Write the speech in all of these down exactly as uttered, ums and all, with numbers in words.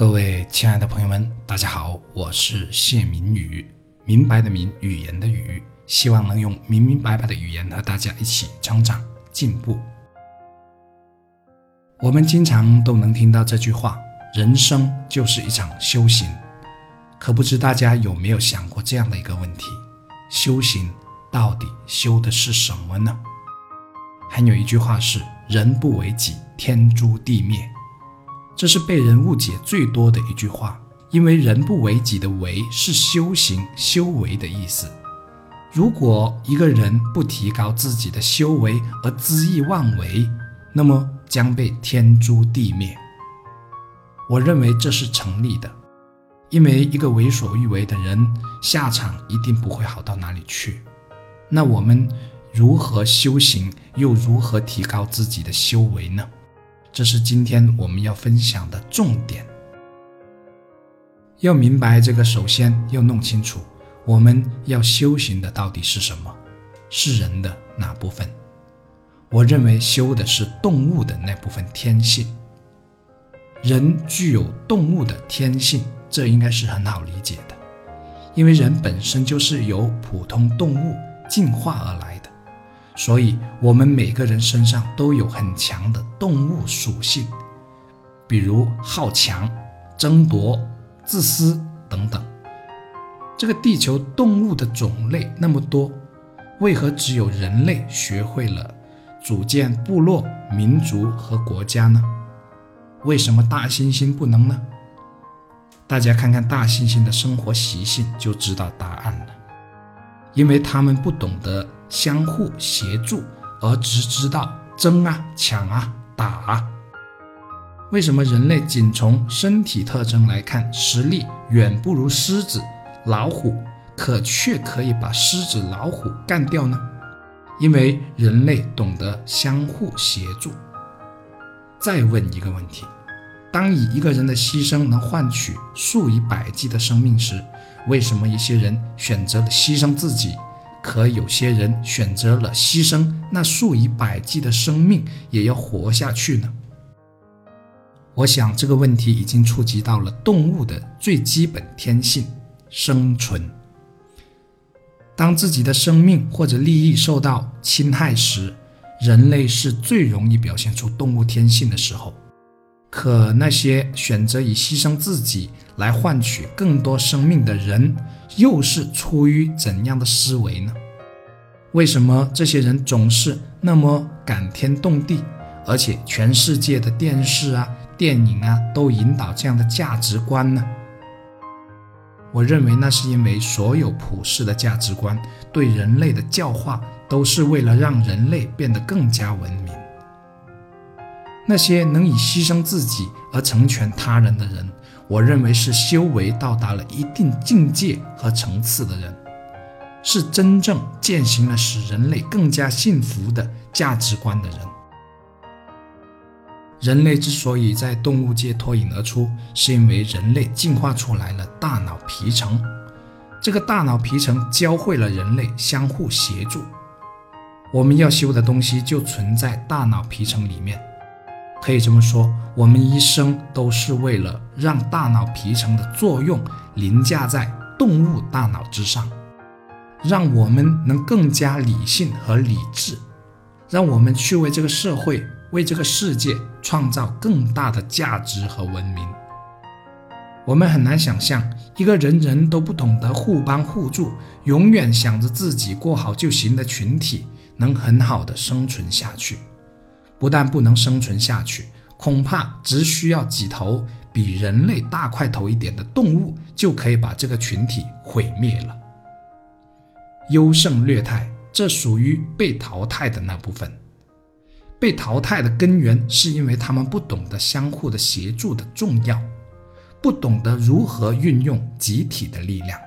各位亲爱的朋友们，大家好，我是谢明宇，明白的明，语言的语，希望能用明明白白的语言和大家一起成长进步。我们经常都能听到这句话，人生就是一场修行。可不知大家有没有想过这样的一个问题，修行到底修的是什么呢？还有一句话是人不为己，天诛地灭，这是被人误解最多的一句话，因为人不为己的为是修行修为的意思。如果一个人不提高自己的修为而恣意妄为，那么将被天诛地灭。我认为这是成立的，因为一个为所欲为的人，下场一定不会好到哪里去。那我们如何修行，又如何提高自己的修为呢？这是今天我们要分享的重点。要明白这个，首先要弄清楚我们要修行的到底是什么，是人的哪部分。我认为修的是动物的那部分天性。人具有动物的天性，这应该是很好理解的，因为人本身就是由普通动物进化而来的，所以我们每个人身上都有很强的动物属性，比如好强、争夺、自私等等。这个地球动物的种类那么多，为何只有人类学会了组建部落、民族和国家呢？为什么大猩猩不能呢？大家看看大猩猩的生活习性就知道答案了。因为他们不懂得相互协助，而只知道争啊、抢啊、打啊。为什么人类仅从身体特征来看，实力远不如狮子、老虎，可却可以把狮子、老虎干掉呢？因为人类懂得相互协助。再问一个问题，当以一个人的牺牲能换取数以百计的生命时，为什么一些人选择了牺牲自己，可有些人选择了牺牲那数以百计的生命也要活下去呢？我想这个问题已经触及到了动物的最基本天性，生存。当自己的生命或者利益受到侵害时，人类是最容易表现出动物天性的时候。可那些选择以牺牲自己来换取更多生命的人，又是出于怎样的思维呢？为什么这些人总是那么感天动地，而且全世界的电视啊、电影啊都引导这样的价值观呢？我认为那是因为所有普世的价值观对人类的教化都是为了让人类变得更加文明。那些能以牺牲自己而成全他人的人，我认为是修为到达了一定境界和层次的人，是真正践行了使人类更加幸福的价值观的人。人类之所以在动物界脱颖而出，是因为人类进化出来了大脑皮层，这个大脑皮层教会了人类相互协助。我们要修的东西就存在大脑皮层里面。可以这么说，我们一生都是为了让大脑皮层的作用凌驾在动物大脑之上，让我们能更加理性和理智，让我们去为这个社会、为这个世界创造更大的价值和文明。我们很难想象一个人人都不懂得互帮互助，永远想着自己过好就行的群体能很好的生存下去。不但不能生存下去，恐怕只需要几头比人类大块头一点的动物就可以把这个群体毁灭了。优胜劣汰，这属于被淘汰的那部分。被淘汰的根源是因为他们不懂得相互的协助的重要，不懂得如何运用集体的力量。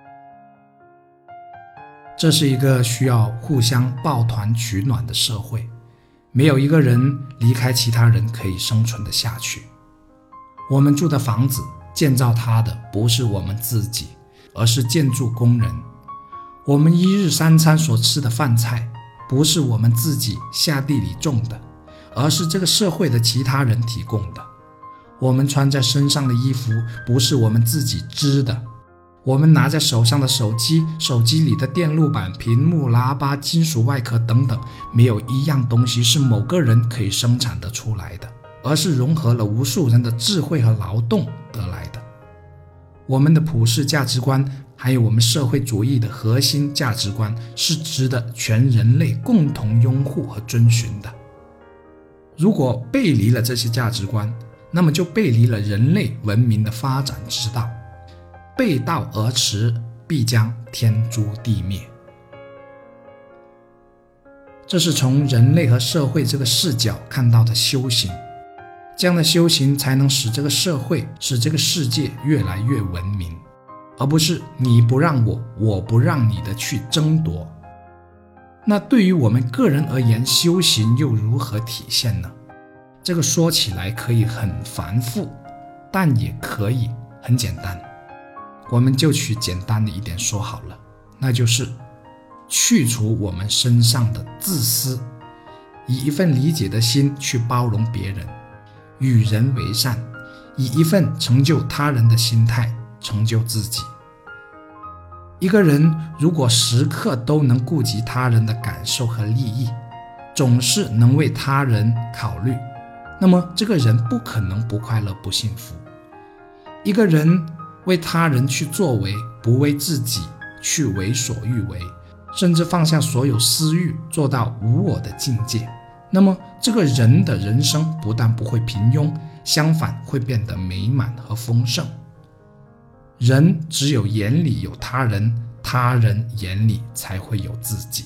这是一个需要互相抱团取暖的社会，没有一个人离开其他人可以生存得下去。我们住的房子，建造它的不是我们自己，而是建筑工人。我们一日三餐所吃的饭菜，不是我们自己下地里种的，而是这个社会的其他人提供的。 我们穿在身上的衣服不是我们自己织的，我们拿在手上的手机，手机里的电路板、屏幕、喇叭、金属外壳等等，没有一样东西是某个人可以生产得出来的，而是融合了无数人的智慧和劳动得来的。我们的普世价值观，还有我们社会主义的核心价值观，是值得全人类共同拥护和遵循的。如果背离了这些价值观，那么就背离了人类文明的发展之道，背道而驰，必将天诛地灭。这是从人类和社会这个视角看到的修行，这样的修行才能使这个社会，使这个世界越来越文明，而不是你不让我，我不让你的去争夺。那对于我们个人而言，修行又如何体现呢？这个说起来可以很繁复，但也可以很简单。我们就取简单的一点说好了，那就是去除我们身上的自私，以一份理解的心去包容别人，与人为善，以一份成就他人的心态成就自己。一个人如果时刻都能顾及他人的感受和利益，总是能为他人考虑，那么这个人不可能不快乐不幸福。一个人为他人去作为，不为自己去为所欲为，甚至放下所有私欲，做到无我的境界，那么这个人的人生不但不会平庸，相反会变得美满和丰盛。人只有眼里有他人，他人眼里才会有自己。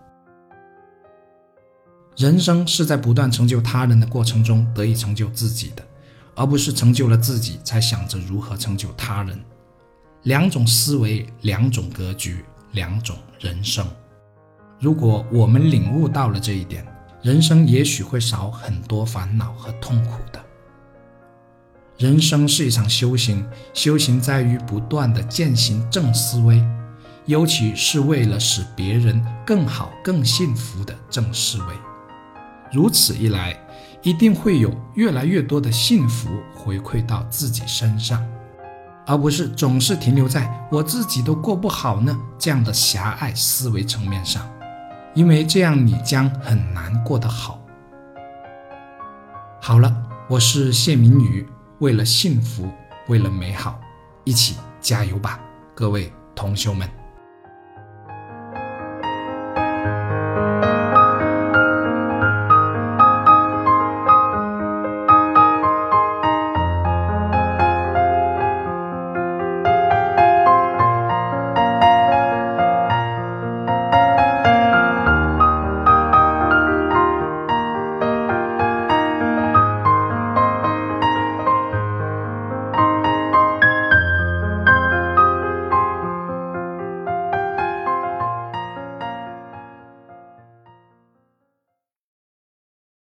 人生是在不断成就他人的过程中得以成就自己的，而不是成就了自己才想着如何成就他人。两种思维，两种格局，两种人生。如果我们领悟到了这一点，人生也许会少很多烦恼和痛苦的。人生是一场修行，修行在于不断地践行正思维，尤其是为了使别人更好更幸福的正思维。如此一来，一定会有越来越多的幸福回馈到自己身上，而不是总是停留在我自己都过不好呢这样的狭隘思维层面上，因为这样你将很难过得好。好了，我是谢明宇，为了幸福，为了美好，一起加油吧，各位同修们。